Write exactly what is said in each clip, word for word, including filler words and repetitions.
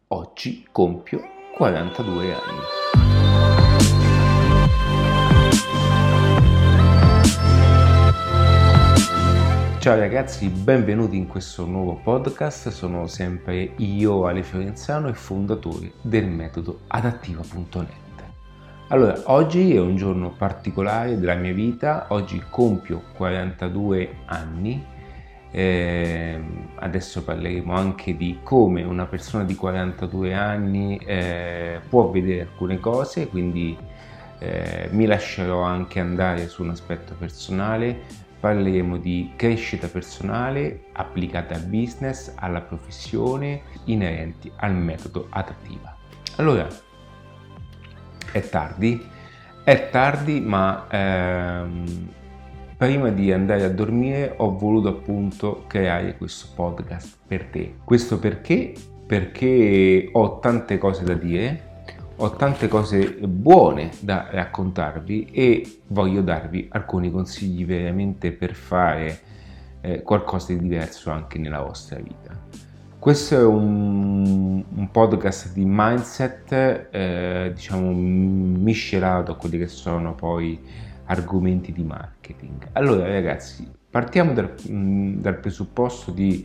oggi compio quarantadue anni. Ciao ragazzi, benvenuti in questo nuovo podcast. Sono sempre io, Ale Fiorenzano, e fondatore del metodo adattiva punto net. Allora, oggi è un giorno particolare della mia vita. Oggi compio quarantadue anni. Eh, adesso parleremo anche di come una persona di quarantadue anni eh, può vedere alcune cose, quindi eh, mi lascerò anche andare su un aspetto personale. Parleremo di crescita personale applicata al business, alla professione, inerenti al metodo adattiva. Allora, è tardi, è tardi, ma ehm, prima di andare a dormire ho voluto appunto creare questo podcast per te. Questo perché? Perché ho tante cose da dire, ho tante cose buone da raccontarvi e voglio darvi alcuni consigli veramente per fare eh, qualcosa di diverso anche nella vostra vita. Questo è un, un podcast di mindset, eh, diciamo miscelato a quelli che sono poi argomenti di marketing. Allora ragazzi, partiamo dal, dal presupposto di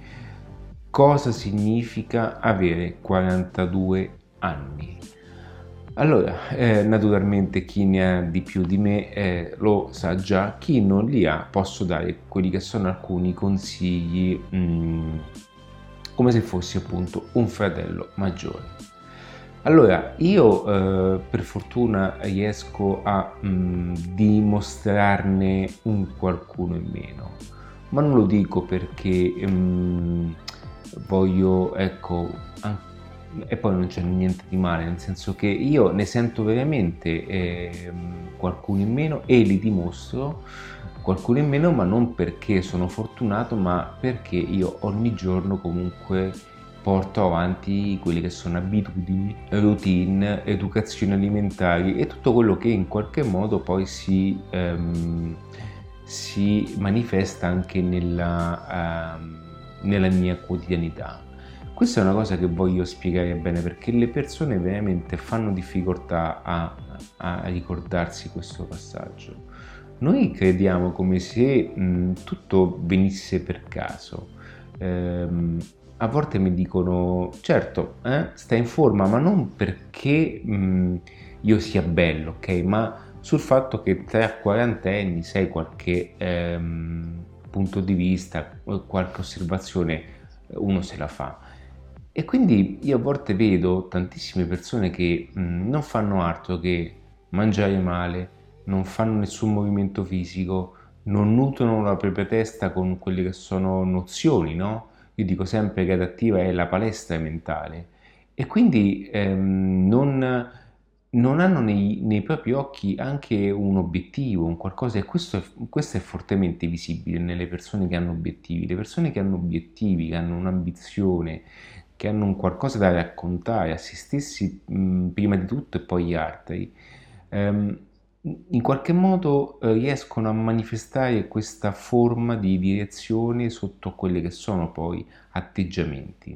cosa significa avere quarantadue anni. Allora, eh, naturalmente chi ne ha di più di me eh, lo sa già, chi non li ha posso dare quelli che sono alcuni consigli mh, come se fossi appunto un fratello maggiore. Allora, io eh, per fortuna riesco a mh, dimostrarne un qualcuno in meno, ma non lo dico perché mh, voglio, ecco, anche, e poi non c'è niente di male, nel senso che io ne sento veramente eh, qualcuno in meno e li dimostro qualcuno in meno, ma non perché sono fortunato, ma perché io ogni giorno comunque porto avanti quelle che sono abitudini, routine, educazione alimentari e tutto quello che in qualche modo poi si, ehm, si manifesta anche nella, ehm, nella mia quotidianità. Questa è una cosa che voglio spiegare bene perché le persone veramente fanno difficoltà a, a ricordarsi questo passaggio. Noi crediamo come se mh, tutto venisse per caso. Ehm, a volte mi dicono, certo, eh, stai in forma, ma non perché mh, io sia bello, ok? Ma sul fatto che tra quarantenni sai qualche ehm, punto di vista, qualche osservazione, uno se la fa. E quindi io a volte vedo tantissime persone che mh, non fanno altro che mangiare male, non fanno nessun movimento fisico, non nutrono la propria testa con quelle che sono nozioni, no? Io dico sempre che adattiva è la palestra mentale e quindi ehm, non, non hanno nei, nei propri occhi anche un obiettivo, un qualcosa, e questo è, questo è fortemente visibile nelle persone che hanno obiettivi. Le persone che hanno obiettivi, che hanno un'ambizione, che hanno un qualcosa da raccontare a se stessi mh, prima di tutto e poi agli altri, ehm, in qualche modo eh, riescono a manifestare questa forma di direzione sotto quelli che sono poi atteggiamenti.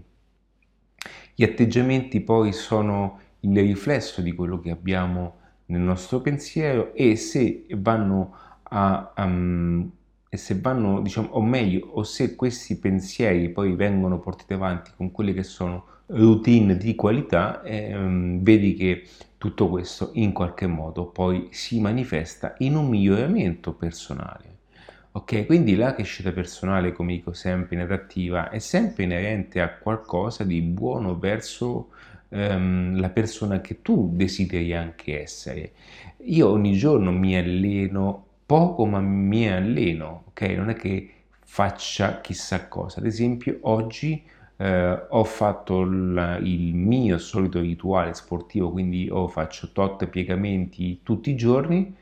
Gli atteggiamenti poi sono il riflesso di quello che abbiamo nel nostro pensiero e se vanno a um, e se vanno, diciamo, o meglio, o se questi pensieri poi vengono portati avanti con quelle che sono routine di qualità, ehm, vedi che tutto questo in qualche modo poi si manifesta in un miglioramento personale. Ok, quindi la crescita personale, come dico sempre in adattiva, è sempre inerente a qualcosa di buono verso ehm, la persona che tu desideri anche essere. Io ogni giorno mi alleno poco, ma mi alleno, ok? Non è che faccia chissà cosa. Ad esempio, oggi eh, ho fatto il, il mio solito rituale sportivo, quindi ho faccio tot piegamenti tutti i giorni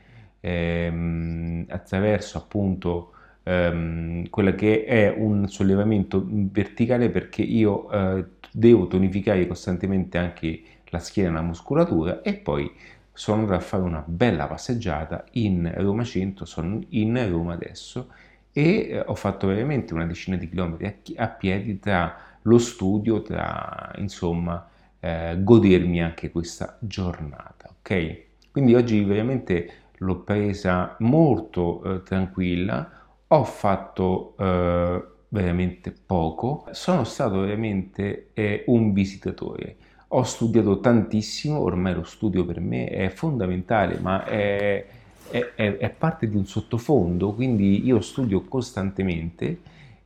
ehm, attraverso appunto ehm, quella che è un sollevamento verticale perché io eh, devo tonificare costantemente anche la schiena e la muscolatura e poi sono andato a fare una bella passeggiata in Roma Centro, sono in Roma adesso e eh, ho fatto veramente una decina di chilometri a, a piedi tra lo studio, tra insomma eh, godermi anche questa giornata, ok? Quindi oggi veramente l'ho presa molto eh, tranquilla, ho fatto eh, veramente poco, sono stato veramente eh, un visitatore. Ho studiato tantissimo, ormai lo studio per me è fondamentale, ma è, è, è- è parte di un sottofondo, quindi io studio costantemente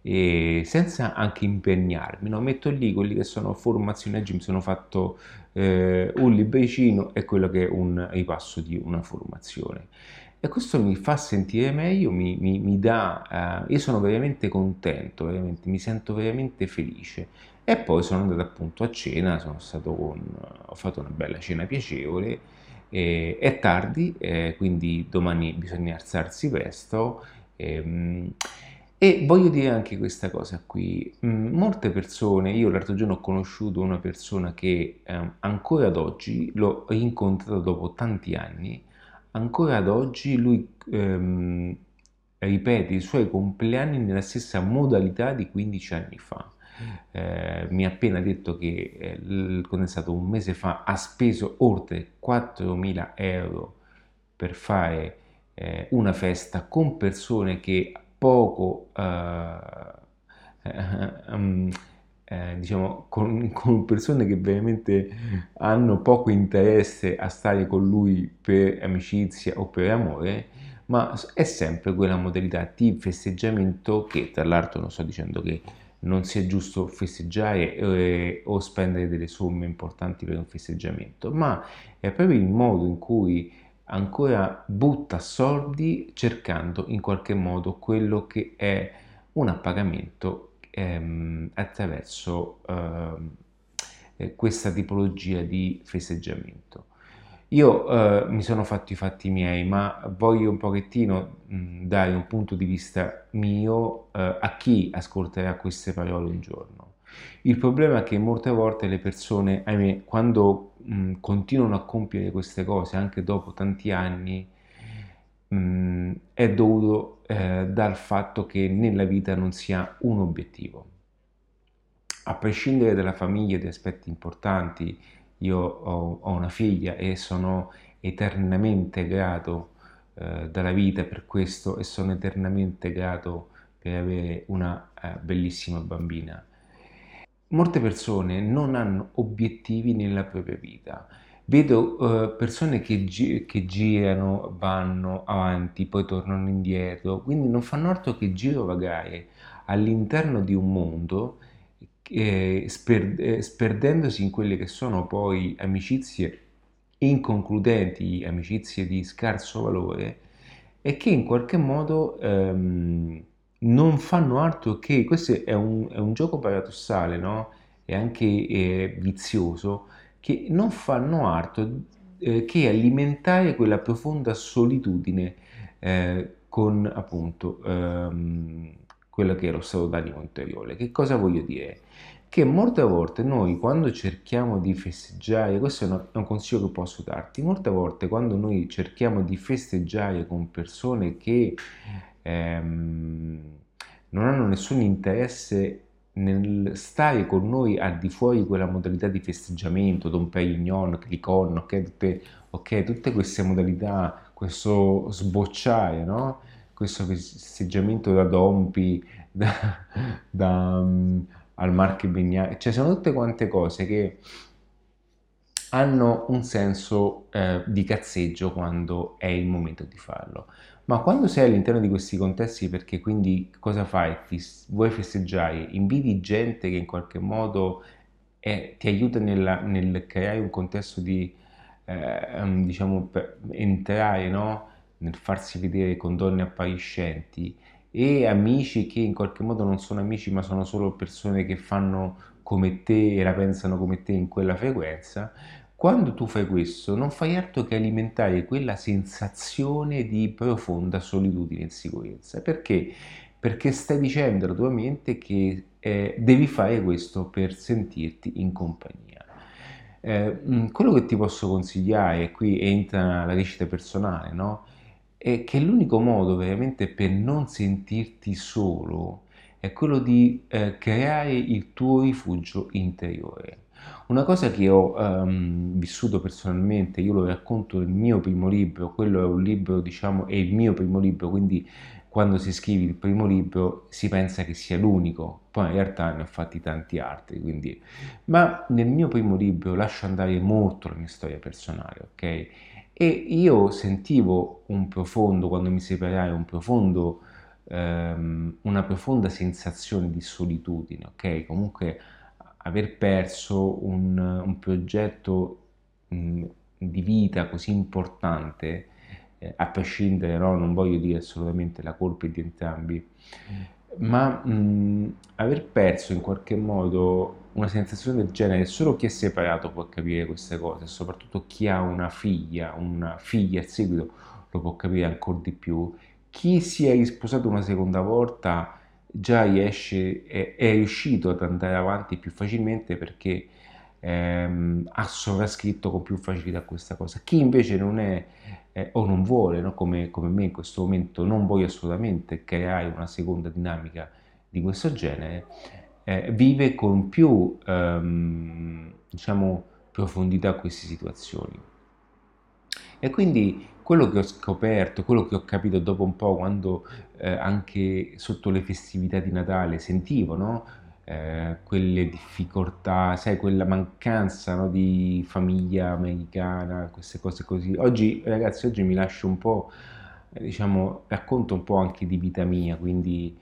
e senza anche impegnarmi, no? Metto lì quelli che sono formazioni oggi, mi sono fatto eh, un libricino e quello che è un ripasso di una formazione. E questo mi fa sentire meglio, mi, mi- mi dà, eh, io sono veramente contento, veramente, mi sento veramente felice. E poi sono andato appunto a cena, sono stato con, ho fatto una bella cena piacevole, e, è tardi, eh, quindi domani bisogna alzarsi presto. ehm, e voglio dire anche questa cosa qui, Mm, molte persone, io l'altro giorno ho conosciuto una persona che ehm, ancora ad oggi l'ho incontrato dopo tanti anni, ancora ad oggi lui ehm, ripete i suoi compleanni nella stessa modalità di quindici anni fa. Eh, mi ha appena detto che eh, il- quando è stato un mese fa ha speso oltre quattromila euro per fare eh, una festa con persone che poco eh, eh, um, eh, diciamo con, con persone che veramente hanno poco interesse a stare con lui per amicizia o per amore, ma è sempre quella modalità di festeggiamento che, tra l'altro, non sto dicendo che non sia giusto festeggiare eh, o spendere delle somme importanti per un festeggiamento, ma è proprio il modo in cui ancora butta soldi cercando in qualche modo quello che è un appagamento ehm, attraverso ehm, eh, questa tipologia di festeggiamento. Io eh, mi sono fatto i fatti miei, ma voglio un pochettino mh, dare un punto di vista mio eh, a chi ascolterà queste parole un giorno. Il problema è che molte volte le persone, ahimè, quando mh, continuano a compiere queste cose anche dopo tanti anni, mh, è dovuto eh, dal fatto che nella vita non si ha un obiettivo. A prescindere dalla famiglia e di aspetti importanti, io ho, ho una figlia e sono eternamente grato eh, dalla vita per questo e sono eternamente grato per avere una eh, bellissima bambina. Molte persone non hanno obiettivi nella propria vita. Vedo eh, persone che, gi- che girano, vanno avanti, poi tornano indietro, quindi non fanno altro che girovagare all'interno di un mondo, eh, sper- eh, sperdendosi in quelle che sono poi amicizie inconcludenti, amicizie di scarso valore e che in qualche modo ehm, non fanno altro che, questo è un, è un gioco paradossale, no? E anche eh, vizioso, che non fanno altro eh, che alimentare quella profonda solitudine eh, con appunto ehm, quello che è lo stato d'animo interiore. Che cosa voglio dire? Che molte volte noi quando cerchiamo di festeggiare, questo è, una- è un consiglio che posso darti, molte volte quando noi cerchiamo di festeggiare con persone che ehm, non hanno nessun interesse nel stare con noi al di fuori di quella modalità di festeggiamento, Don Perignon, Clicon, ok, tutte, ok, tutte queste modalità, questo sbocciare, no? Questo festeggiamento da Dompi, da, da, um, al Marche Bignami, cioè sono tutte quante cose che hanno un senso eh, di cazzeggio quando è il momento di farlo. Ma quando sei all'interno di questi contesti, perché quindi cosa fai? Ti, vuoi festeggiare, invidi gente che in qualche modo eh, ti aiuta nella- nel creare un contesto di, eh, um, diciamo, per entrare, no? Nel farsi vedere con donne appariscenti e amici che in qualche modo non sono amici ma sono solo persone che fanno come te e la pensano come te in quella frequenza, quando tu fai questo non fai altro che alimentare quella sensazione di profonda solitudine e insicurezza. Perché? Perché stai dicendo alla tua mente che eh, devi fare questo per sentirti in compagnia. Eh, mh, quello che ti posso consigliare, e qui entra la crescita personale, no? È che l'unico modo veramente per non sentirti solo è quello di eh, creare il tuo rifugio interiore. Una cosa che ho um, vissuto personalmente, io lo racconto nel mio primo libro, quello è un libro, diciamo, è il mio primo libro, quindi quando si scrive il primo libro si pensa che sia l'unico, poi in realtà ne ho fatti tanti altri, quindi... ma nel mio primo libro lascio andare molto la mia storia personale, ok? E io sentivo un profondo, quando mi separai, un profondo, ehm, una profonda sensazione di solitudine, ok? Comunque aver perso un, un progetto mh, di vita così importante, eh, a prescindere, no? Non voglio dire assolutamente la colpa è di entrambi, ma mh, aver perso in qualche modo una sensazione del genere, solo chi è separato può capire queste cose, soprattutto chi ha una figlia, una figlia al seguito lo può capire ancora di più. Chi si è risposato una seconda volta già riesce, è, è riuscito ad andare avanti più facilmente perché ehm, ha sovrascritto con più facilità questa cosa. Chi invece non è eh, o non vuole, no? come, come me in questo momento, non voglio assolutamente creare una seconda dinamica di questo genere, eh, vive con più ehm, diciamo, profondità queste situazioni. E quindi quello che ho scoperto, quello che ho capito dopo un po', quando eh, anche sotto le festività di Natale sentivo, no? Eh, quelle difficoltà, sai, quella mancanza, no, di famiglia americana, queste cose così. Oggi, ragazzi, oggi mi lascio un po', eh, diciamo, racconto un po' anche di vita mia, quindi,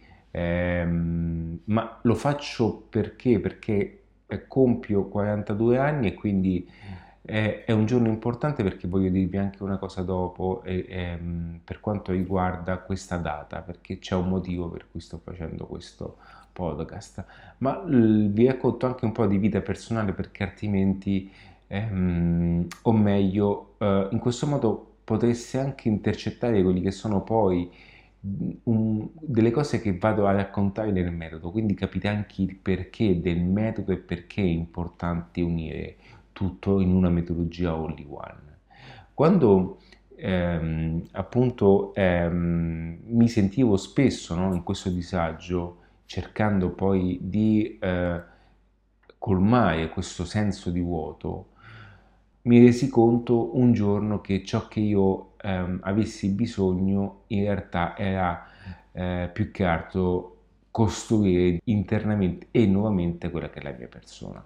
ehm, ma lo faccio perché? Perché eh, compio quarantadue anni e quindi è, è un giorno importante perché voglio dirvi anche una cosa dopo e, ehm, per quanto riguarda questa data, perché c'è un motivo per cui sto facendo questo podcast, ma l- vi racconto anche un po' di vita personale perché altrimenti, ehm, o meglio, eh, in questo modo potreste anche intercettare quelli che sono poi un- delle cose che vado a raccontare nel metodo, quindi capite anche il perché del metodo e perché è importante unire tutto in una metodologia all in one. Quando ehm, appunto ehm, mi sentivo spesso, no, in questo disagio, cercando poi di eh, colmare questo senso di vuoto, mi resi conto un giorno che ciò che io ehm, avessi bisogno in realtà era eh, più che altro costruire internamente e nuovamente quella che è la mia persona.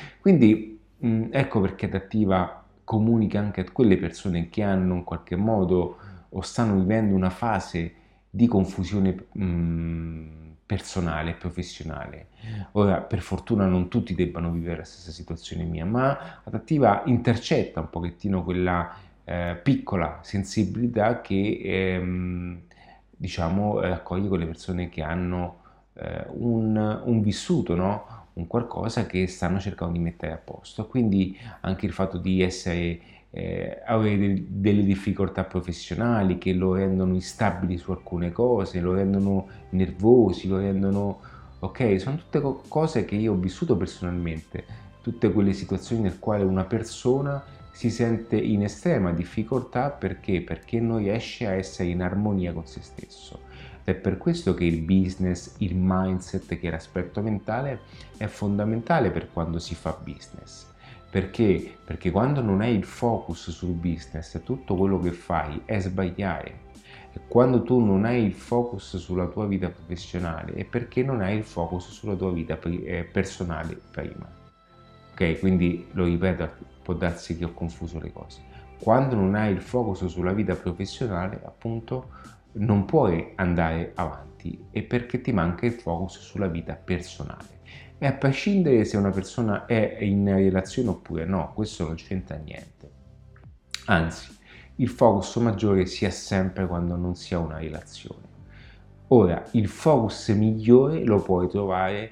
Quindi mh, ecco perché Adattiva comunica anche a quelle persone che hanno in qualche modo o stanno vivendo una fase di confusione mh, personale e professionale. Ora, per fortuna non tutti debbano vivere la stessa situazione mia, ma Adattiva intercetta un pochettino quella eh, piccola sensibilità che ehm, diciamo raccoglie quelle persone che hanno eh, un, un vissuto, no? Un qualcosa che stanno cercando di mettere a posto. Quindi anche il fatto di essere, eh, avere delle difficoltà professionali che lo rendono instabili su alcune cose, lo rendono nervosi, lo rendono... Ok, sono tutte cose che io ho vissuto personalmente, tutte quelle situazioni nel quale una persona si sente in estrema difficoltà perché? Perché non riesce a essere in armonia con se stesso. È per questo che il business, il mindset, che è l'aspetto mentale, è fondamentale per quando si fa business. Perché? Perché quando non hai il focus sul business, tutto quello che fai è sbagliare. E quando tu non hai il focus sulla tua vita professionale è perché non hai il focus sulla tua vita personale prima. Ok, quindi lo ripeto, può darsi che ho confuso le cose. Quando non hai il focus sulla vita professionale, appunto, non puoi andare avanti e perché ti manca il focus sulla vita personale. E a prescindere se una persona è in relazione oppure no, questo non c'entra niente. Anzi, il focus maggiore si ha sempre quando non si ha una relazione. Ora, il focus migliore lo puoi trovare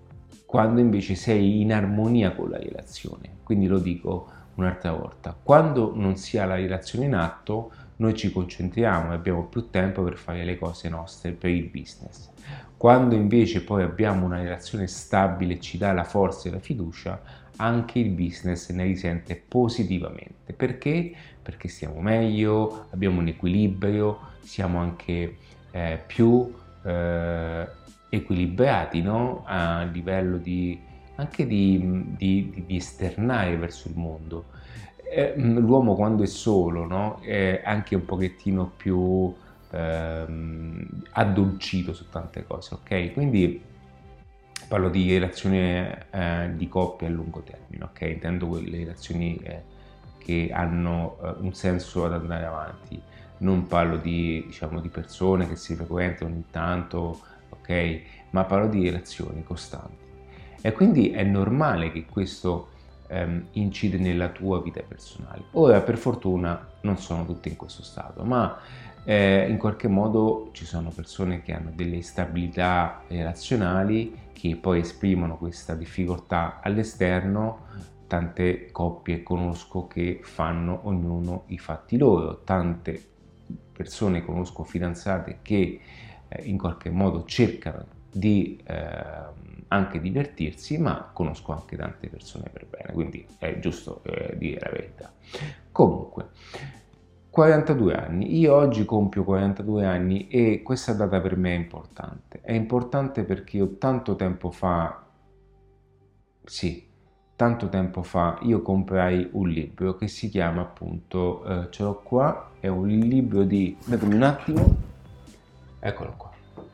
quando invece sei in armonia con la relazione. Quindi lo dico un'altra volta, quando non si ha la relazione in atto, noi ci concentriamo e abbiamo più tempo per fare le cose nostre, per il business. Quando invece poi abbiamo una relazione stabile e ci dà la forza e la fiducia, anche il business ne risente positivamente. Perché? Perché stiamo meglio, abbiamo un equilibrio, siamo anche eh, più eh, equilibrati, no? A livello di anche di, di, di esternare verso il mondo. Eh, l'uomo quando è solo, no? È anche un pochettino più ehm, addolcito su tante cose, ok? Quindi parlo di relazioni eh, di coppia a lungo termine, ok? Intendo quelle relazioni eh, che hanno eh, un senso ad andare avanti. Non parlo di, diciamo, di persone che si frequentano ogni tanto, ok? Ma parlo di relazioni costanti. E quindi è normale che questo ehm, incide nella tua vita personale. Ora, per fortuna, non sono tutte in questo stato, ma eh, in qualche modo ci sono persone che hanno delle instabilità relazionali che poi esprimono questa difficoltà all'esterno. Tante coppie conosco che fanno ognuno i fatti loro, tante persone conosco fidanzate che eh, in qualche modo cercano di eh, anche divertirsi, ma conosco anche tante persone per bene, quindi è giusto eh, dire la verità. Comunque, quarantadue anni, io oggi compio quarantadue anni e questa data per me è importante. È importante perché io tanto tempo fa, sì, tanto tempo fa io comprai un libro che si chiama appunto, eh, ce l'ho qua, è un libro di, datemi un attimo, eccolo qua.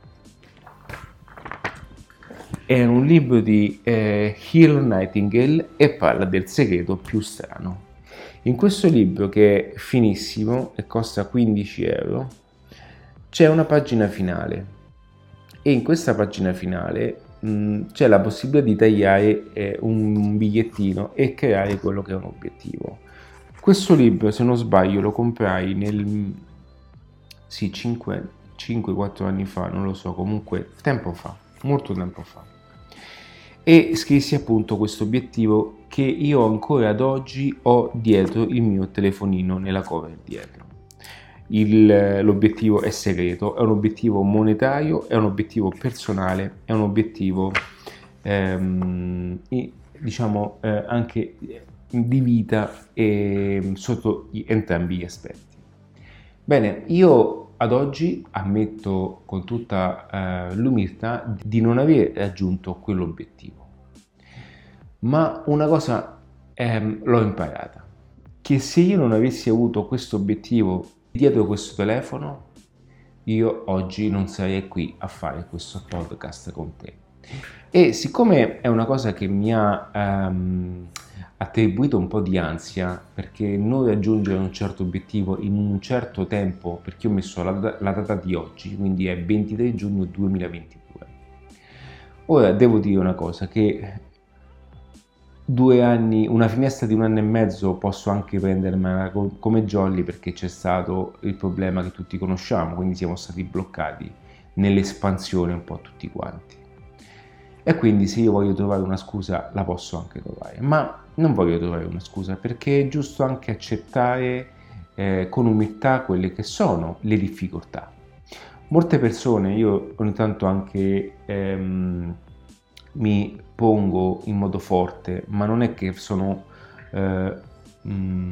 È un libro di eh, Earl Nightingale e parla del segreto più strano. In questo libro, che è finissimo e costa quindici euro, c'è una pagina finale e in questa pagina finale mh, c'è la possibilità di tagliare eh, un bigliettino e creare quello che è un obiettivo. Questo libro, se non sbaglio, lo comprai nel sì, cinque quattro anni fa, non lo so, comunque tempo fa, molto tempo fa. E scrissi appunto questo obiettivo che io ancora ad oggi ho dietro il mio telefonino nella cover dietro. Il, l'obiettivo è segreto, è un obiettivo monetario, è un obiettivo personale, è un obiettivo ehm, diciamo eh, anche di vita e sotto entrambi gli aspetti. Bene, io ad oggi ammetto con tutta eh, l'umiltà di non aver raggiunto quell'obiettivo, ma una cosa ehm, l'ho imparata, che se io non avessi avuto questo obiettivo dietro questo telefono, io oggi non sarei qui a fare questo podcast con te. E siccome è una cosa che mi ha ehm, attribuito un po' di ansia, perché non raggiungere un certo obiettivo in un certo tempo, perché ho messo la, la data di oggi, quindi è ventitré giugno duemilaventidue. Ora devo dire una cosa, che due anni, una finestra di un anno e mezzo posso anche prendermela come jolly, perché c'è stato il problema che tutti conosciamo, quindi siamo stati bloccati nell'espansione un po' tutti quanti. E quindi se io voglio trovare una scusa la posso anche trovare, ma non voglio trovare una scusa, perché è giusto anche accettare eh, con umiltà quelle che sono le difficoltà. Molte persone, io ogni tanto anche ehm, mi pongo in modo forte, ma non è che sono eh, mh,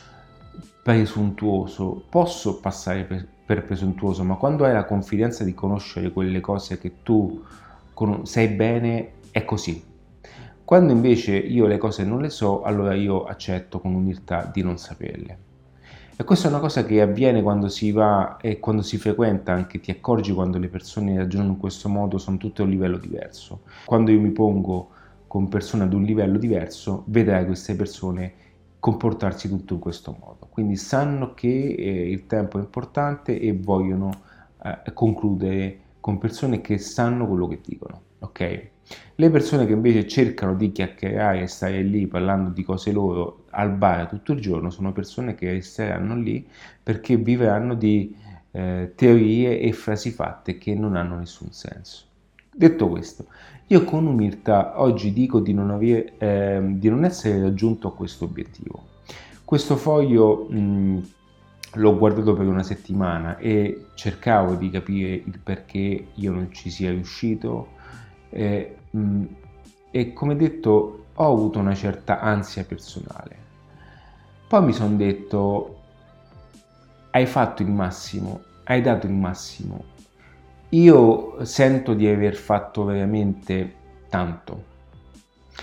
presuntuoso, posso passare per, per presuntuoso, ma quando hai la confidenza di conoscere quelle cose che tu sai bene, è così. Quando invece io le cose non le so, allora io accetto con umiltà di non saperle. E questa è una cosa che avviene quando si va e quando si frequenta, anche ti accorgi quando le persone ragionano in questo modo, sono tutte a un livello diverso. Quando io mi pongo con persone ad un livello diverso, vedrai queste persone comportarsi tutto in questo modo. Quindi sanno che eh, il tempo è importante e vogliono eh, concludere con persone che sanno quello che dicono, ok? Le persone che invece cercano di chiacchierare e stare lì parlando di cose loro al bar tutto il giorno sono persone che resteranno lì perché vivranno di eh, teorie e frasi fatte che non hanno nessun senso. Detto questo, io con umiltà oggi dico di non, aver, eh, di non essere raggiunto a questo obiettivo. Questo foglio mh, l'ho guardato per una settimana e cercavo di capire il perché io non ci sia riuscito e, mh, e come detto ho avuto una certa ansia personale. Poi mi sono detto: hai fatto il massimo, hai dato il massimo. Io sento di aver fatto veramente tanto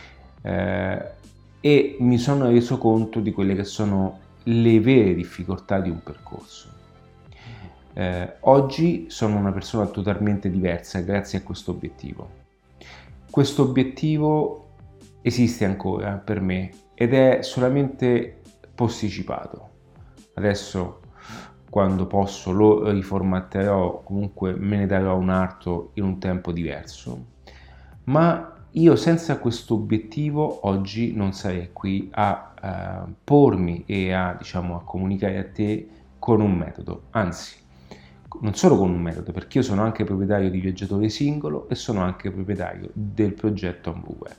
eh, e mi sono reso conto di quelle che sono le vere difficoltà di un percorso. Eh, oggi sono una persona totalmente diversa grazie a questo obiettivo. Questo obiettivo esiste ancora per me ed è solamente posticipato. Adesso, quando posso, lo riformatterò, comunque me ne darò un altro in un tempo diverso, ma io senza questo obiettivo oggi non sarei qui a uh, pormi e a, diciamo, a comunicare a te con un metodo, anzi non solo con un metodo, perché io sono anche proprietario di Viaggiatore Singolo e sono anche proprietario del progetto Ambuweb.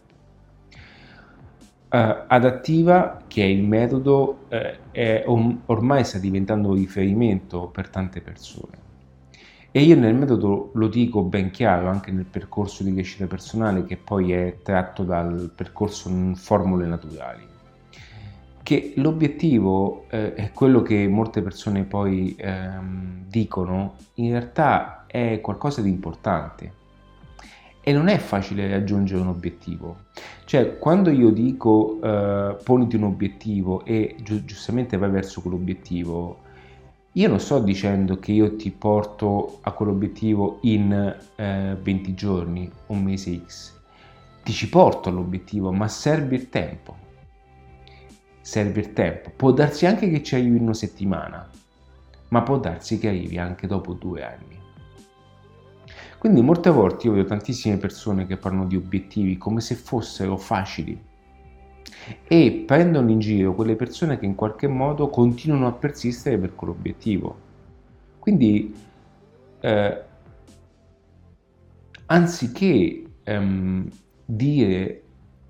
Uh, Adattiva, che è il metodo, uh, è, ormai sta diventando un riferimento per tante persone. E io nel metodo lo dico ben chiaro, anche nel percorso di crescita personale, che poi è tratto dal percorso in formule naturali, che l'obiettivo eh, è quello che molte persone poi ehm, dicono, in realtà è qualcosa di importante e non è facile raggiungere un obiettivo. Cioè, quando io dico eh, poniti un obiettivo e gi- giustamente vai verso quell'obiettivo, io non sto dicendo che io ti porto a quell'obiettivo in eh, venti giorni, un mese X. Ti ci porto all'obiettivo, ma serve il tempo. Serve il tempo. Può darsi anche che ci arrivi in una settimana, ma può darsi che arrivi anche dopo due anni. Quindi molte volte io vedo tantissime persone che parlano di obiettivi come se fossero facili e prendono in giro quelle persone che in qualche modo continuano a persistere per quell'obiettivo. Quindi eh, anziché ehm, dire,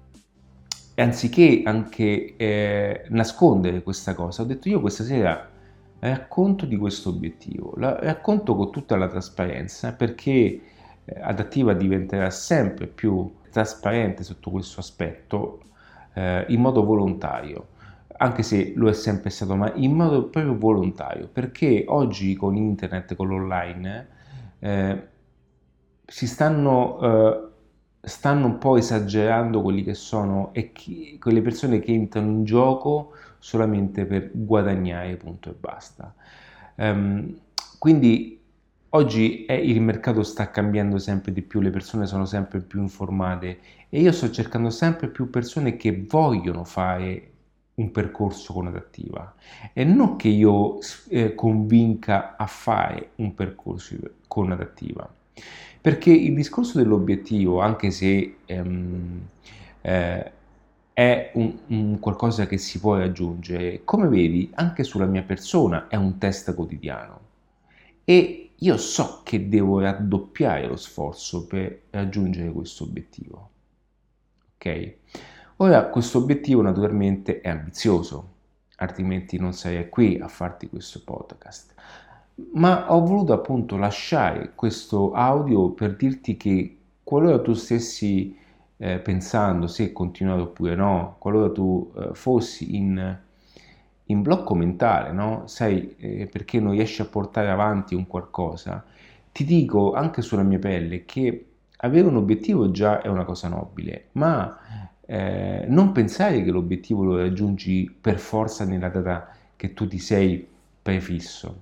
anziché anche eh, nascondere questa cosa, ho detto io questa sera racconto di questo obiettivo, la racconto con tutta la trasparenza, perché eh, Adattiva diventerà sempre più trasparente sotto questo aspetto eh, in modo volontario, anche se lo è sempre stato, ma in modo proprio volontario, perché oggi con internet, con l'online, eh, si stanno, eh, stanno un po' esagerando quelli che sono e chi, quelle persone che entrano in gioco solamente per guadagnare, punto e basta. Um, quindi oggi è, il mercato sta cambiando sempre di più, le persone sono sempre più informate e io sto cercando sempre più persone che vogliono fare un percorso con Adattiva e non che io eh, convinca a fare un percorso con Adattiva, perché il discorso dell'obiettivo, anche se ehm, eh, è un, un qualcosa che si può raggiungere, come vedi anche sulla mia persona è un test quotidiano e io so che devo raddoppiare lo sforzo per raggiungere questo obiettivo. Ok? Ora questo obiettivo naturalmente è ambizioso, altrimenti non sarei qui a farti questo podcast, ma ho voluto appunto lasciare questo audio per dirti che qualora tu stessi eh, pensando se continuare oppure no, qualora tu eh, fossi in, in blocco mentale, no? Sai, eh, perché non riesci a portare avanti un qualcosa, ti dico anche sulla mia pelle che avere un obiettivo già è una cosa nobile, ma eh, non pensare che l'obiettivo lo raggiungi per forza nella data che tu ti sei prefisso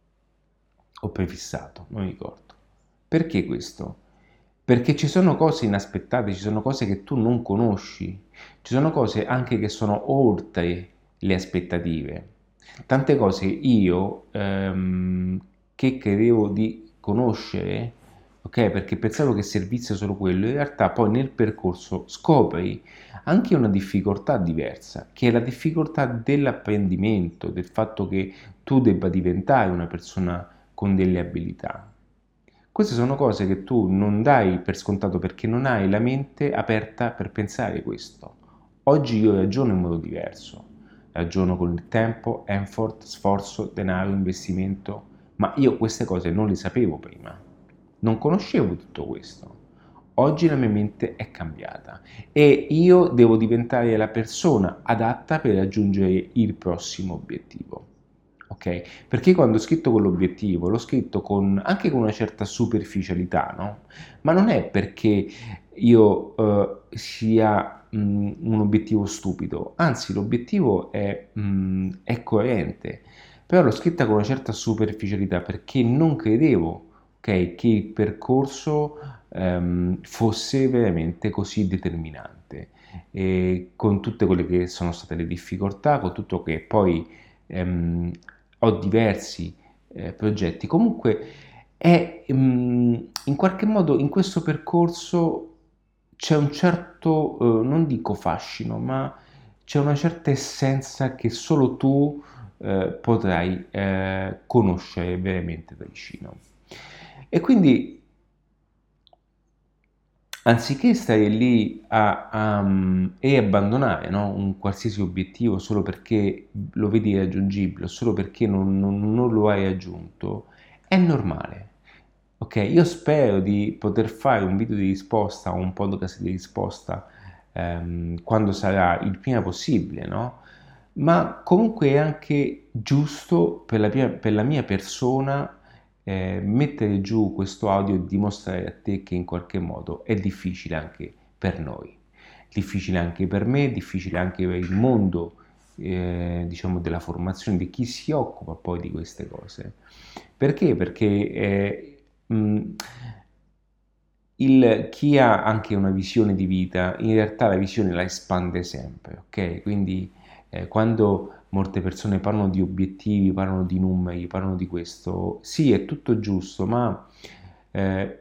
o prefissato, non ricordo. Perché questo? Perché ci sono cose inaspettate, ci sono cose che tu non conosci, ci sono cose anche che sono oltre le aspettative. Tante cose io ehm, che credevo di conoscere, ok, perché pensavo che servisse solo quello, in realtà poi nel percorso scopri anche una difficoltà diversa, che è la difficoltà dell'apprendimento, del fatto che tu debba diventare una persona con delle abilità. Queste sono cose che tu non dai per scontato perché non hai la mente aperta per pensare questo. Oggi io ragiono in modo diverso, ragiono con il tempo, effort, sforzo, denaro, investimento, ma io queste cose non le sapevo prima, non conoscevo tutto questo. Oggi la mia mente è cambiata e io devo diventare la persona adatta per raggiungere il prossimo obiettivo. Ok? Perché quando ho scritto quell'obiettivo l'ho scritto con, anche con una certa superficialità, no? Ma non è perché io eh, sia mh, un obiettivo stupido, anzi l'obiettivo è, mh, è coerente, però l'ho scritta con una certa superficialità perché non credevo, okay, che il percorso ehm, fosse veramente così determinante, e con tutte quelle che sono state le difficoltà, con tutto che poi ehm, ho diversi eh, progetti, comunque è mm, in qualche modo in questo percorso c'è un certo, eh, non dico fascino, ma c'è una certa essenza che solo tu eh, potrai eh, conoscere veramente da vicino. E quindi, anziché stare lì a, a, mm, e abbandonare, no, un qualsiasi obiettivo solo perché lo vedi raggiungibile, solo perché non, non- non lo hai raggiunto, è normale. Ok, io spero di poter fare un video di risposta o un podcast di risposta ehm, quando sarà il prima possibile, no? Ma comunque è anche giusto per la mia, per la mia persona eh, mettere giù questo audio e dimostrare a te che in qualche modo è difficile anche per noi, difficile anche per me, difficile anche per il mondo, eh, diciamo, della formazione, di chi si occupa poi di queste cose. Perché? Perché eh, mh, il, chi ha anche una visione di vita, in realtà la visione la espande sempre, ok? Quindi eh, quando molte persone parlano di obiettivi, parlano di numeri, parlano di questo, sì, è tutto giusto, ma eh,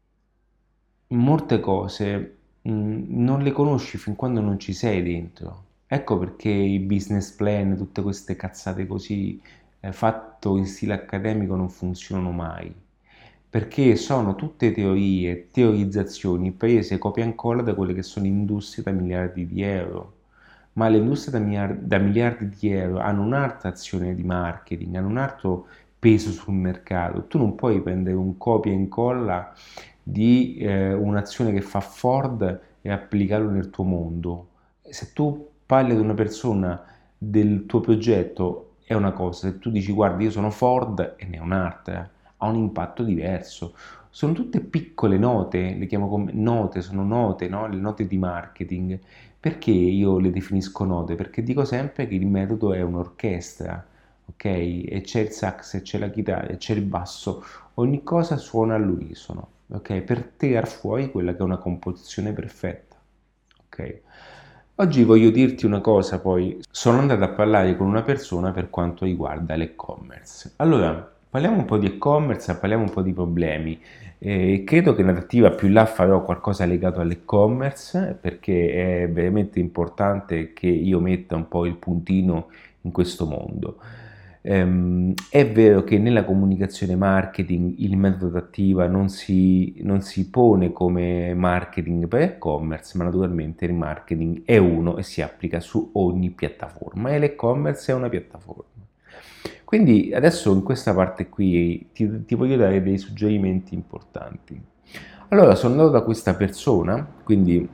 molte cose mh, non le conosci fin quando non ci sei dentro. Ecco perché i business plan, tutte queste cazzate così eh, fatto in stile accademico non funzionano mai. Perché sono tutte teorie, teorizzazioni prese copia e incolla da quelle che sono industrie da miliardi di euro. Ma le industrie da, miliardi, da miliardi di euro hanno un'altra azione di marketing, hanno un altro peso sul mercato. Tu non puoi prendere un copia e incolla di eh, un'azione che fa Ford e applicarlo nel tuo mondo. Se tu parli ad una persona del tuo progetto è una cosa, se tu dici guarda io sono Ford e ne è un'altra, ha un impatto diverso. Sono tutte piccole note, le chiamo come note, sono note, no? Le note di marketing. Perché io le definisco note? Perché dico sempre che il metodo è un'orchestra, ok? E c'è il sax, e c'è la chitarra, e c'è il basso, ogni cosa suona all'unisono, ok? Per tirar fuori quella che è una composizione perfetta, ok? Oggi voglio dirti una cosa, poi sono andato a parlare con una persona per quanto riguarda l'e-commerce. Allora, parliamo un po' di e-commerce, parliamo un po' di problemi. Eh, credo che in adattiva più là farò qualcosa legato all'e-commerce perché è veramente importante che io metta un po' il puntino in questo mondo. Ehm, è vero che nella comunicazione marketing il metodo attiva non si, non si pone come marketing per e-commerce, ma naturalmente il marketing è uno e si applica su ogni piattaforma e l'e-commerce è una piattaforma. Quindi adesso in questa parte qui ti, ti voglio dare dei suggerimenti importanti. Allora sono andato da questa persona, quindi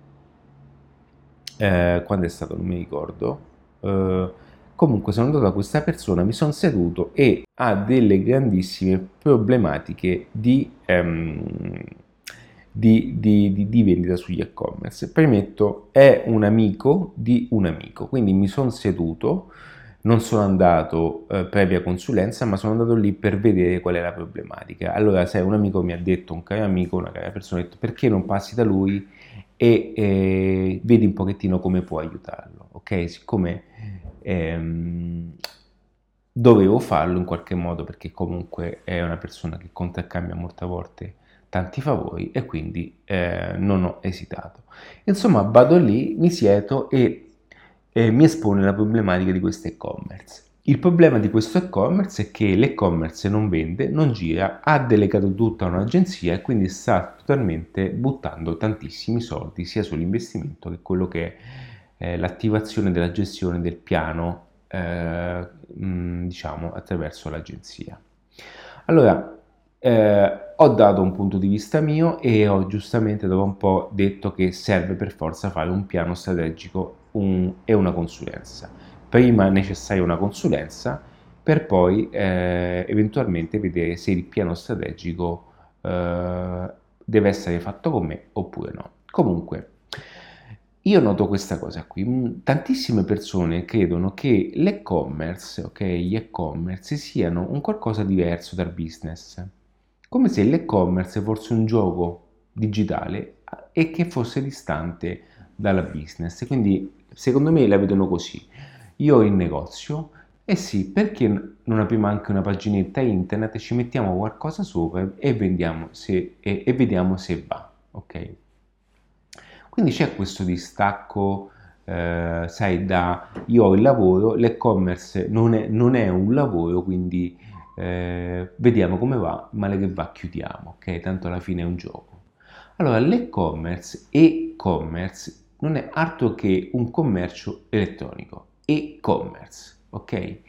eh, quando è stato non mi ricordo, eh, comunque sono andato da questa persona, mi sono seduto e ha delle grandissime problematiche di, ehm, di, di, di, di vendita sugli e-commerce. Premetto, è un amico di un amico, quindi mi sono seduto, non sono andato eh, previa consulenza, ma sono andato lì per vedere qual è la problematica. Allora, sai, un amico mi ha detto, un caro amico, una cara persona, ha detto perché non passi da lui e eh, vedi un pochettino come può aiutarlo, ok? Siccome ehm, dovevo farlo in qualche modo perché comunque è una persona che contraccambia molte volte tanti favori e quindi eh, non ho esitato. Insomma, vado lì, mi siedo e eh, mi espone la problematica di questo e-commerce. Il problema di questo e-commerce è che l'e-commerce non vende, non gira, ha delegato tutto a un'agenzia e quindi sta totalmente buttando tantissimi soldi sia sull'investimento che quello che è eh, l'attivazione della gestione del piano, eh, mh, diciamo, attraverso l'agenzia. Allora, eh, ho dato un punto di vista mio e ho giustamente dopo un po' detto che serve per forza fare un piano strategico un, e una consulenza. Prima è necessaria una consulenza per poi eh, eventualmente vedere se il piano strategico eh, deve essere fatto con me oppure no. Comunque, io noto questa cosa qui, mm, tantissime persone credono che l'e-commerce, ok, gli e-commerce siano un qualcosa diverso dal business, come se l'e-commerce fosse un gioco digitale e che fosse distante dalla business. Quindi secondo me la vedono così. Io ho il negozio, e sì, perché non apriamo anche una paginetta internet, ci mettiamo qualcosa sopra e vendiamo se, e, e vediamo se va, ok? Quindi c'è questo distacco, eh, sai, da io ho il lavoro, l'e-commerce non è, non è un lavoro, quindi eh, vediamo come va, male che va, chiudiamo, ok? Tanto alla fine è un gioco. Allora, l'e-commerce, e-commerce, non è altro che un commercio elettronico, e-commerce, ok?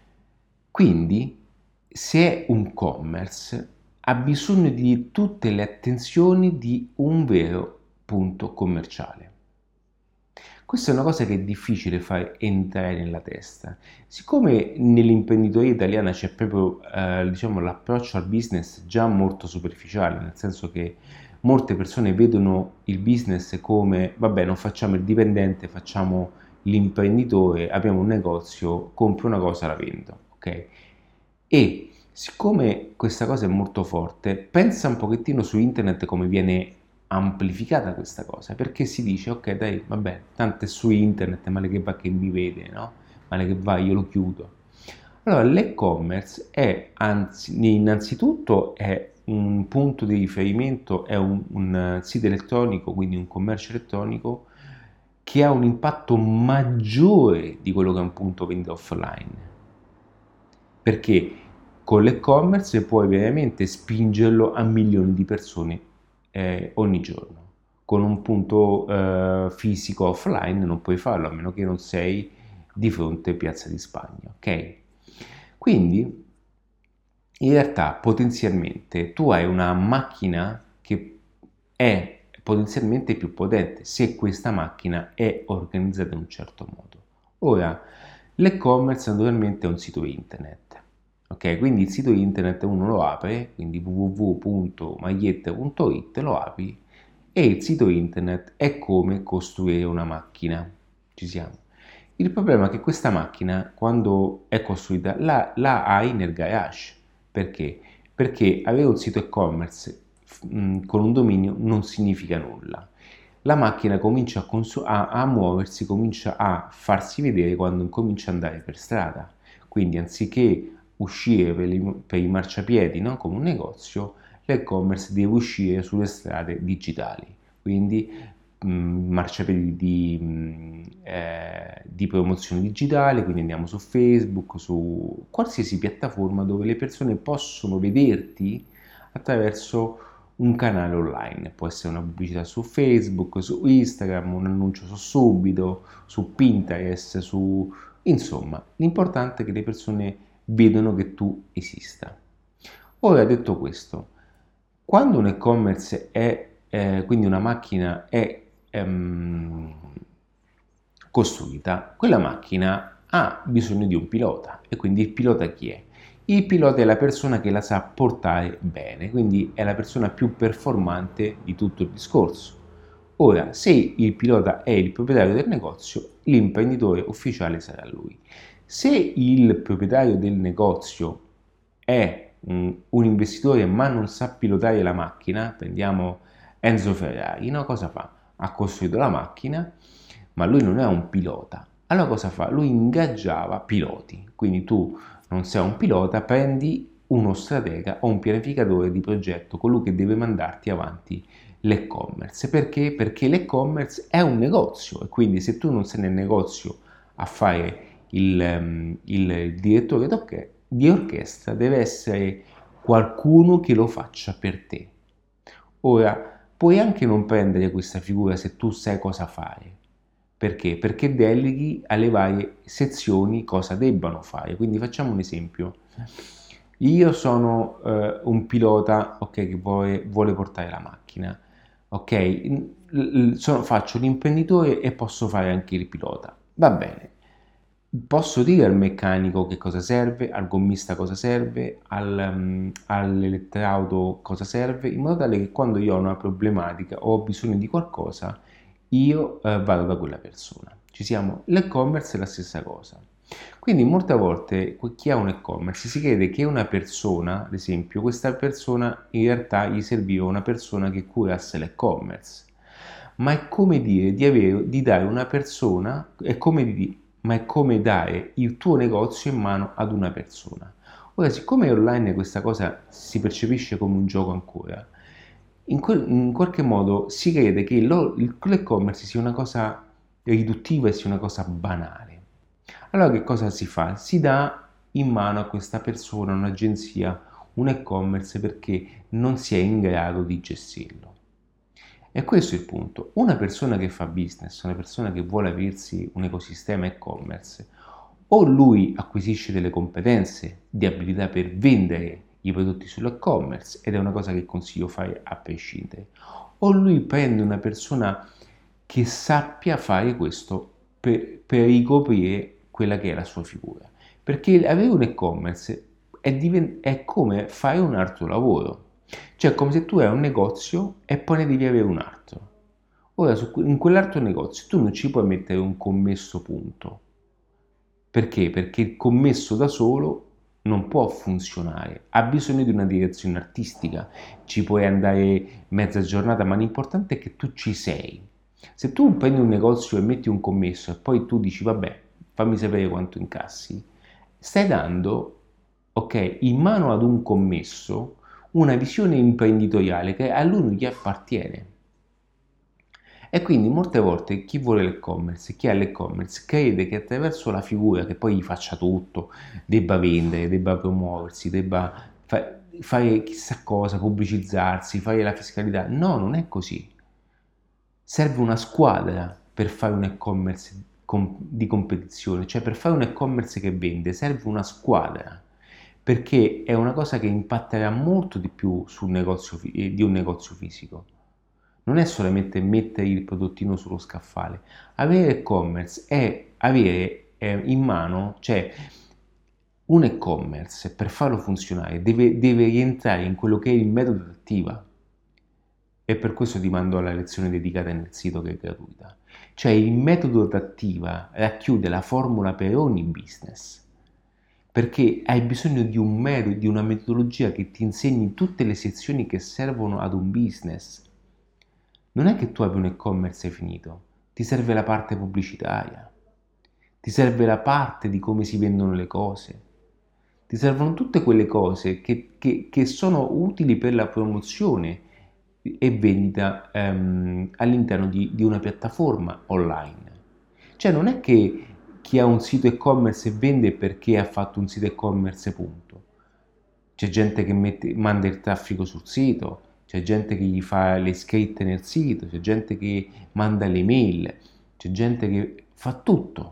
Quindi, se è un commerce, ha bisogno di tutte le attenzioni di un vero punto commerciale. Questa è una cosa che è difficile far entrare nella testa. Siccome nell'imprenditoria italiana c'è proprio eh, diciamo, l'approccio al business già molto superficiale, nel senso che molte persone vedono il business come, vabbè, non facciamo il dipendente, facciamo l'imprenditore, apriamo un negozio, compro una cosa, la vendo, ok? E siccome questa cosa è molto forte, pensa un pochettino su internet come viene amplificata questa cosa, perché si dice, ok, dai, vabbè, tanto è su internet, male che va che mi vede, no? Male che va, io lo chiudo. Allora, l'e-commerce è, anzi, innanzitutto è un punto di riferimento, è un, un sito elettronico, quindi un commercio elettronico che ha un impatto maggiore di quello che è un punto vendita offline. Perché con l'e-commerce puoi veramente spingerlo a milioni di persone eh, ogni giorno. Con un punto eh, fisico offline non puoi farlo, a meno che non sei di fronte a Piazza di Spagna, ok? Quindi in realtà potenzialmente tu hai una macchina che è potenzialmente più potente se questa macchina è organizzata in un certo modo. Ora, l'e-commerce naturalmente è un sito internet. Ok, quindi il sito internet uno lo apre, quindi w w w punto magliette punto i t, lo apri e il sito internet è come costruire una macchina. Ci siamo. Il problema è che questa macchina, quando è costruita, la, la hai nel garage. Perché? Perché avere un sito e-commerce mh, con un dominio non significa nulla. La macchina comincia a, consu- a, a muoversi, comincia a farsi vedere quando comincia ad andare per strada. Quindi anziché uscire per, i, per i marciapiedi, no? Come un negozio, l'e-commerce deve uscire sulle strade digitali. Quindi mh, marciapiedi di, mh, eh, di promozione digitale, quindi andiamo su Facebook, su qualsiasi piattaforma dove le persone possono vederti attraverso un canale online. Può essere una pubblicità su Facebook, su Instagram, un annuncio su Subito, su Pinterest, su... insomma, l'importante è che le persone vedono che tu esista. Ora, detto questo, quando un e-commerce è, eh, quindi una macchina è ehm, costruita, quella macchina ha bisogno di un pilota. E quindi il pilota chi è? Il pilota è la persona che la sa portare bene, quindi è la persona più performante di tutto il discorso. Ora, se il pilota è il proprietario del negozio, l'imprenditore ufficiale sarà lui. Se il proprietario del negozio è un, un investitore ma non sa pilotare la macchina, prendiamo Enzo Ferrari, no? Cosa fa? Ha costruito la macchina, ma lui non è un pilota. Allora cosa fa? Lui ingaggiava piloti, quindi tu non sei un pilota, prendi uno stratega o un pianificatore di progetto, colui che deve mandarti avanti l'e-commerce. Perché? Perché l'e-commerce è un negozio e quindi se tu non sei nel negozio a fare il, um, il direttore di orchestra, deve essere qualcuno che lo faccia per te. Ora, puoi anche non prendere questa figura se tu sai cosa fare. Perché? Perché deleghi alle varie sezioni cosa debbano fare. Quindi facciamo un esempio. Io sono eh, un pilota, ok, che vuole, vuole portare la macchina. Ok, sono, faccio l'imprenditore e posso fare anche il pilota. Va bene. Posso dire al meccanico che cosa serve, al gommista cosa serve, al, um, all'elettrauto cosa serve, in modo tale che quando io ho una problematica o ho bisogno di qualcosa, io eh, vado da quella persona. Ci siamo, l'e-commerce è la stessa cosa. Quindi molte volte chi ha un e-commerce si crede che una persona, ad esempio, questa persona in realtà gli serviva una persona che curasse l'e-commerce. Ma è come dire di, avere, di dare una persona, è come di, ma è come dare il tuo negozio in mano ad una persona. Ora, siccome online questa cosa si percepisce come un gioco ancora, in, quel, in qualche modo si crede che l'e-commerce sia una cosa riduttiva e sia una cosa banale. Allora che cosa si fa? Si dà in mano a questa persona, un'agenzia, un e-commerce perché non si è in grado di gestirlo. E questo è il punto. Una persona che fa business, una persona che vuole aversi un ecosistema e-commerce, o lui acquisisce delle competenze di abilità per vendere i prodotti sull'e-commerce, ed è una cosa che consiglio fare a prescindere, o lui prende una persona che sappia fare questo per, per ricoprire quella che è la sua figura. Perché avere un e-commerce è, divent- è come fare un altro lavoro. Cioè è come se tu hai un negozio e poi ne devi avere un altro. Ora, su, in quell'altro negozio tu non ci puoi mettere un commesso, punto. Perché? Perché il commesso da solo non può funzionare, ha bisogno di una direzione artistica, ci puoi andare mezza giornata, ma l'importante è che tu ci sei. Se tu prendi un negozio e metti un commesso e poi tu dici vabbè, fammi sapere quanto incassi, stai dando, ok, in mano ad un commesso una visione imprenditoriale che a lui non gli appartiene. E quindi molte volte chi vuole l'e-commerce, chi ha l'e-commerce, crede che attraverso la figura che poi gli faccia tutto, debba vendere, debba promuoversi, debba fa- fare chissà cosa, pubblicizzarsi, fare la fiscalità. No, non è così. Serve una squadra per fare un e-commerce com- di competizione, cioè per fare un e-commerce che vende serve una squadra, perché è una cosa che impatterà molto di più sul negozio fi- di un negozio fisico. Non è solamente mettere il prodottino sullo scaffale. Avere e-commerce è avere eh, in mano, cioè un e-commerce per farlo funzionare deve, deve rientrare in quello che è il metodo attiva. E per questo ti mando alla lezione dedicata nel sito che è gratuita. Cioè il metodo adattiva racchiude la formula per ogni business, perché hai bisogno di un metodo, di una metodologia che ti insegni tutte le sezioni che servono ad un business. Non è che tu abbia un e-commerce finito, ti serve la parte pubblicitaria, ti serve la parte di come si vendono le cose, ti servono tutte quelle cose che, che, che sono utili per la promozione e vendita ehm, all'interno di, di una piattaforma online. Cioè non è che chi ha un sito e-commerce vende perché ha fatto un sito e-commerce, punto. C'è gente che mette, manda il traffico sul sito, c'è gente che gli fa le scritte nel sito, c'è gente che manda le mail, c'è gente che fa tutto,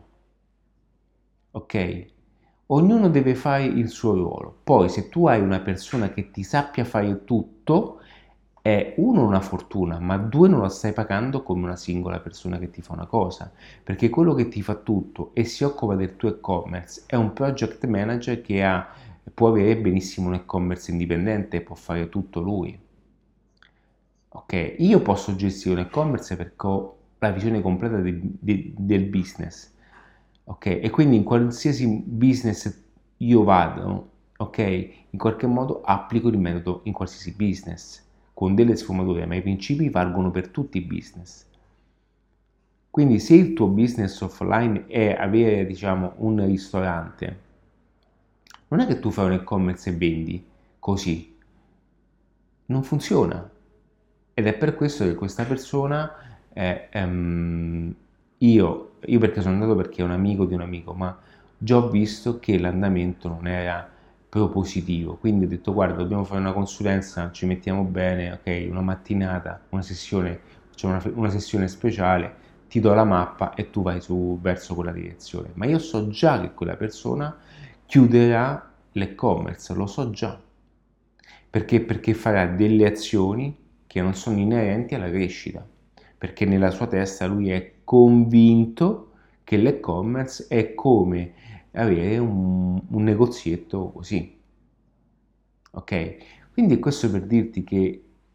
ok? Ognuno deve fare il suo ruolo. Poi se tu hai una persona che ti sappia fare tutto, è uno una fortuna, ma due non la stai pagando come una singola persona che ti fa una cosa, perché quello che ti fa tutto e si occupa del tuo e-commerce è un project manager che ha, può avere benissimo un e-commerce indipendente e può fare tutto lui. Ok, io posso gestire un e-commerce perché ho la visione completa de, de, del business, ok? E quindi in qualsiasi business io vado, ok? In qualche modo applico il metodo in qualsiasi business, con delle sfumature, ma i principi valgono per tutti i business. Quindi se il tuo business offline è avere, diciamo, un ristorante, non è che tu fai un e-commerce e vendi così, non funziona. Ed è per questo che questa persona, è, ehm, io, io perché sono andato perché è un amico di un amico, ma già ho visto che l'andamento non era propositivo, quindi ho detto guarda dobbiamo fare una consulenza, ci mettiamo bene, ok, una mattinata, una sessione, facciamo una, una sessione speciale, ti do la mappa e tu vai su, verso quella direzione, ma io so già che quella persona chiuderà l'e-commerce, lo so già. Perché? Perché farà delle azioni che non sono inerenti alla crescita, perché nella sua testa lui è convinto che l'e-commerce è come avere un, un negozietto così. Ok? Quindi questo per dirti che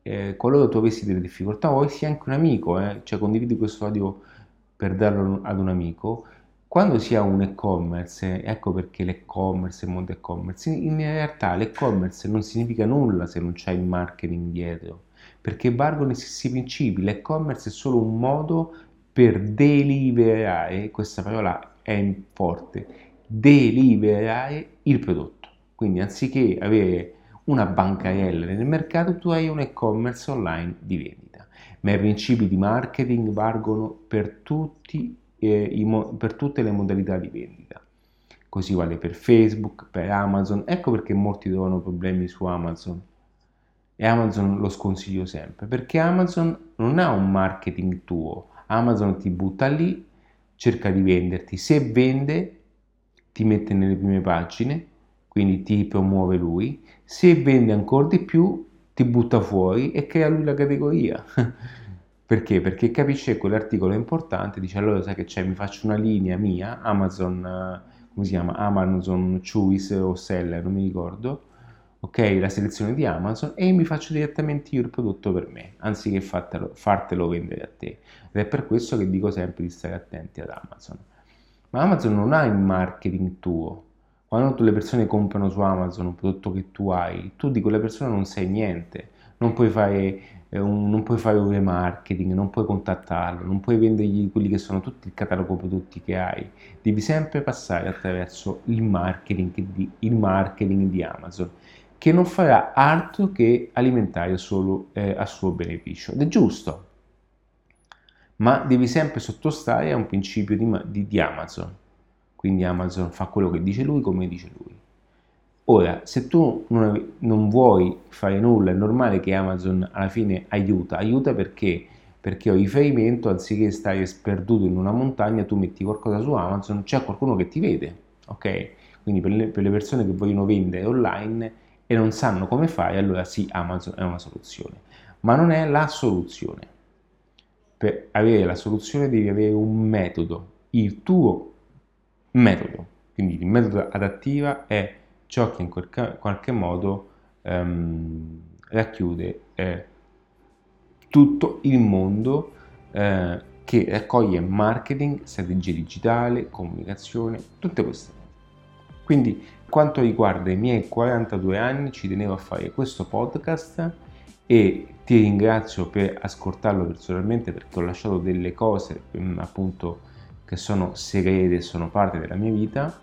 eh, qualora tu avessi delle difficoltà o avessi anche un amico, eh, cioè condividi questo audio per darlo ad un amico, quando si ha un e-commerce, ecco perché l'e-commerce, il mondo e-commerce, in, in realtà l'e-commerce non significa nulla se non c'è il marketing dietro, perché valgono gli stessi principi, l'e-commerce è solo un modo per deliberare, questa parola è forte, deliberare il prodotto. Quindi anziché avere una bancarella nel mercato, tu hai un e-commerce online di vendita. Ma i principi di marketing valgono per, tutti, eh, i mo- per tutte le modalità di vendita. Così vale per Facebook, per Amazon. Ecco perché molti trovano problemi su Amazon. E Amazon lo sconsiglio sempre, perché Amazon non ha un marketing tuo. Amazon ti butta lì, cerca di venderti. Se vende, ti mette nelle prime pagine, quindi ti promuove lui. Se vende ancora di più, ti butta fuori e crea lui la categoria. Perché? Perché capisce che quell'articolo è importante, dice allora sai che c'è, mi faccio una linea mia, Amazon, eh, come si chiama? Amazon Choice o Seller, non mi ricordo, ok? La selezione di Amazon e mi faccio direttamente io il prodotto per me, anziché fartelo, fartelo vendere a te. Ed è per questo che dico sempre di stare attenti ad Amazon. Ma Amazon non ha il marketing tuo. Quando le persone comprano su Amazon un prodotto che tu hai, tu di quella persona non sai niente, non puoi fare, eh, un, non puoi fare un remarketing, non puoi contattarlo, non puoi vendergli quelli che sono tutti il catalogo prodotti che hai. Devi sempre passare attraverso il marketing di, il marketing di Amazon, che non farà altro che alimentare solo eh, a suo beneficio. Ed è giusto, ma devi sempre sottostare a un principio di, di, di Amazon. Quindi Amazon fa quello che dice lui, come dice lui. Ora, se tu non, non vuoi fare nulla, è normale che Amazon alla fine aiuta. Aiuta perché? Perché ho riferimento, anziché stare sperduto in una montagna, tu metti qualcosa su Amazon, c'è qualcuno che ti vede, ok? Quindi per le, per le persone che vogliono vendere online e non sanno come fare, allora sì, Amazon è una soluzione. Ma non è la soluzione. Per avere la soluzione devi avere un metodo, il tuo metodo. Quindi il metodo adattiva è ciò che in qualche modo ehm, racchiude eh, tutto il mondo eh, che raccoglie marketing, strategia digitale, comunicazione, tutte queste cose. Quindi, quanto riguarda i miei quarantadue anni, ci tenevo a fare questo podcast e ti ringrazio per ascoltarlo personalmente perché ho lasciato delle cose appunto che sono segrete, sono parte della mia vita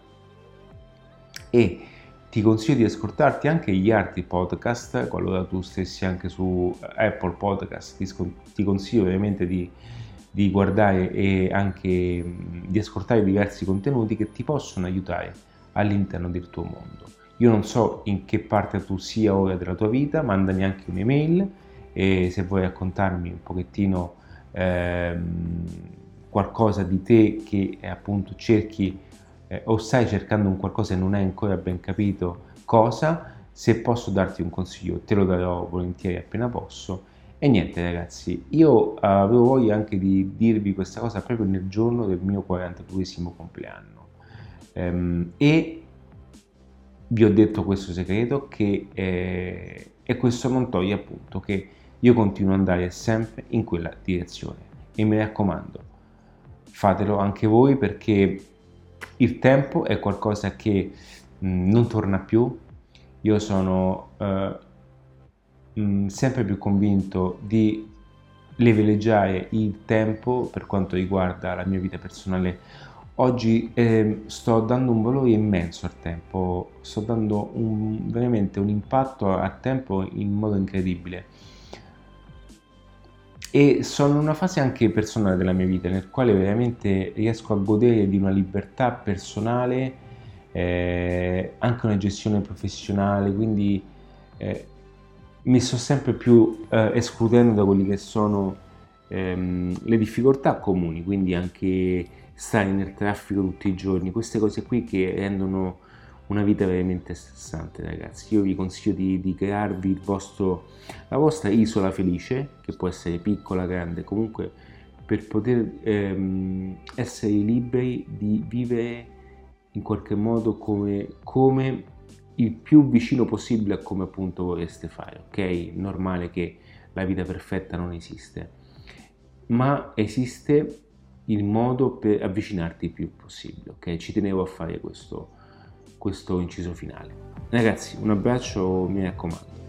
e ti consiglio di ascoltarti anche gli altri podcast, qualora tu stessi anche su Apple Podcast, ti, ti consiglio veramente di, di guardare e anche di ascoltare diversi contenuti che ti possono aiutare all'interno del tuo mondo. Io non so in che parte tu sia ora della tua vita, mandami anche un'email e se vuoi raccontarmi un pochettino ehm, qualcosa di te che eh, appunto cerchi eh, o stai cercando un qualcosa e non hai ancora ben capito cosa, se posso darti un consiglio te lo darò volentieri appena posso. E niente ragazzi, io uh, avevo voglia anche di dirvi questa cosa proprio nel giorno del mio quarantaduesimo compleanno um, e vi ho detto questo segreto che eh, e questo non toglie appunto che io continuo ad andare sempre in quella direzione e mi raccomando fatelo anche voi perché il tempo è qualcosa che mh, non torna più. Io sono eh, mh, sempre più convinto di privilegiare il tempo per quanto riguarda la mia vita personale. Oggi eh, sto dando un valore immenso al tempo, sto dando un, veramente un impatto al tempo in modo incredibile. E sono in una fase anche personale della mia vita nel quale veramente riesco a godere di una libertà personale, eh, anche una gestione professionale, quindi eh, mi sto sempre più eh, escludendo da quelli che sono ehm, le difficoltà comuni, quindi anche stare nel traffico tutti i giorni, queste cose qui che rendono una vita veramente stressante ragazzi. Io vi consiglio di, di crearvi il vostro, la vostra isola felice, che può essere piccola, grande, comunque per poter ehm, essere liberi di vivere in qualche modo come, come il più vicino possibile a come appunto vorreste fare, ok? Normale che la vita perfetta non esiste, ma esiste il modo per avvicinarti il più possibile, ok? Ci tenevo a fare questo, questo inciso finale. Ragazzi, un abbraccio, mi raccomando.